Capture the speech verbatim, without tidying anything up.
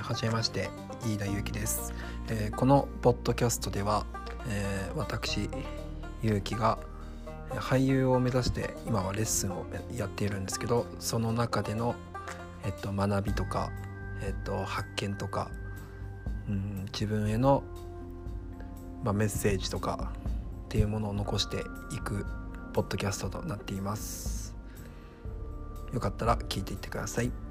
はじめまして、飯田祐希です。えー、このポッドキャストでは、えー、私祐希が俳優を目指して今はレッスンをやっているんですけど、その中での、えっと、学びとか、えっと、発見とか、うん、自分への、まあ、メッセージとかっていうものを残していくポッドキャストとなっています。よかったら聞いていってください。